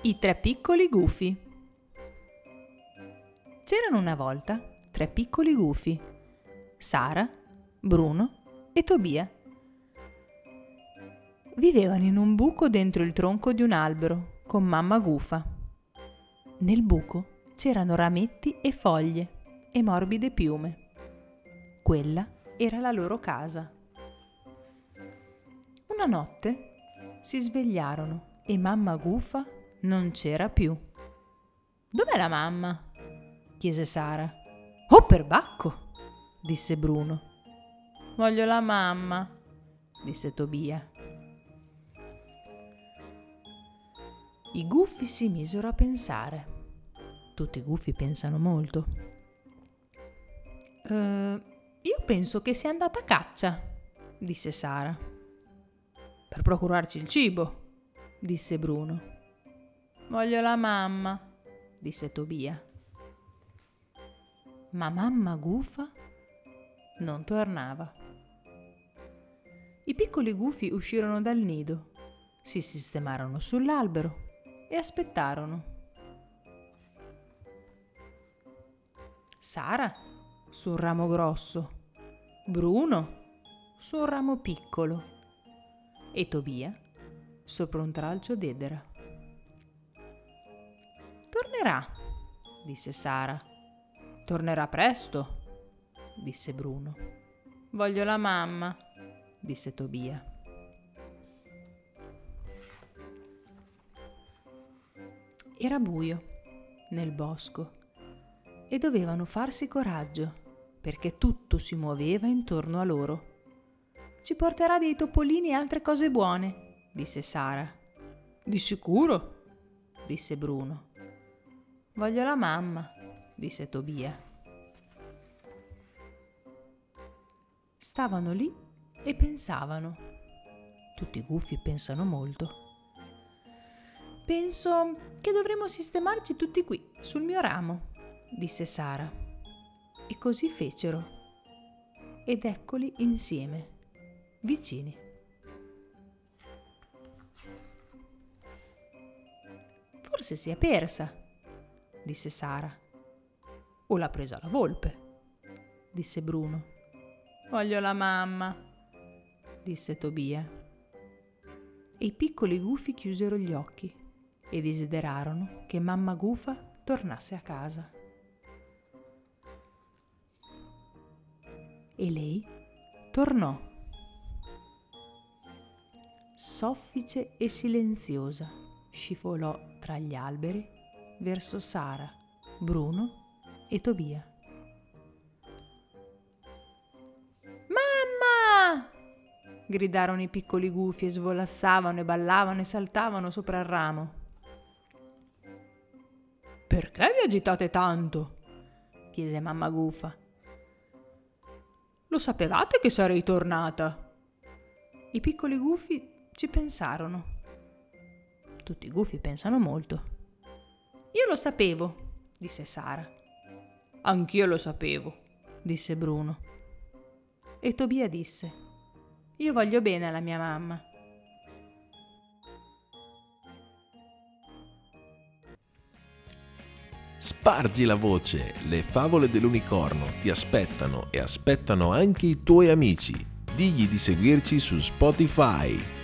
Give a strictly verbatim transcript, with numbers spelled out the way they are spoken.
I tre piccoli gufi. C'erano una volta tre piccoli gufi, Sara, Bruno e Tobia. Vivevano in un buco dentro il tronco di un albero con mamma gufa. Nel buco c'erano rametti e foglie e morbide piume. Quella era la loro casa. Una notte si svegliarono e mamma gufa non c'era più. «Dov'è la mamma?» chiese Sara. «Oh, perbacco!» disse Bruno. «Voglio la mamma», disse Tobia. I gufi si misero a pensare. Tutti i gufi pensano molto. «Uh, io penso che sia andata a caccia», disse Sara. «Per procurarci il cibo», disse Bruno. «Voglio la mamma», disse Tobia. Ma mamma gufa non tornava. I piccoli gufi uscirono dal nido, si sistemarono sull'albero e aspettarono. Sara su un ramo grosso, Bruno su un ramo piccolo e Tobia sopra un tralcio d'edera. «Tornerà», disse Sara. «Tornerà presto», disse Bruno. «Voglio la mamma», disse Tobia. Era buio nel bosco e dovevano farsi coraggio perché tutto si muoveva intorno a loro. «Ci porterà dei topolini e altre cose buone», disse Sara. «Di sicuro», disse Bruno. «Voglio la mamma», disse Tobia. Stavano lì e pensavano. Tutti i gufi pensano molto. «Penso che dovremmo sistemarci tutti qui, sul mio ramo», disse Sara. E così fecero. Ed eccoli insieme, vicini. «Forse si è persa», disse Sara. «O l'ha presa la volpe», disse Bruno. «Voglio la mamma», disse Tobia. E i piccoli gufi chiusero gli occhi e desiderarono che mamma gufa tornasse a casa. E lei tornò, soffice e silenziosa, scivolò tra gli alberi verso Sara, Bruno e Tobia. «Mamma!» gridarono i piccoli gufi e svolazzavano e ballavano e saltavano sopra il ramo. «Perché vi agitate tanto?» chiese mamma gufa. «Lo sapevate che sarei tornata?» I piccoli gufi ci pensarono. Tutti i gufi pensano molto. «Io lo sapevo», disse Sara. «Anch'io lo sapevo», disse Bruno. E Tobia disse: «Io voglio bene alla mia mamma». Spargi la voce, le favole dell'unicorno ti aspettano e aspettano anche i tuoi amici. Digli di seguirci su Spotify.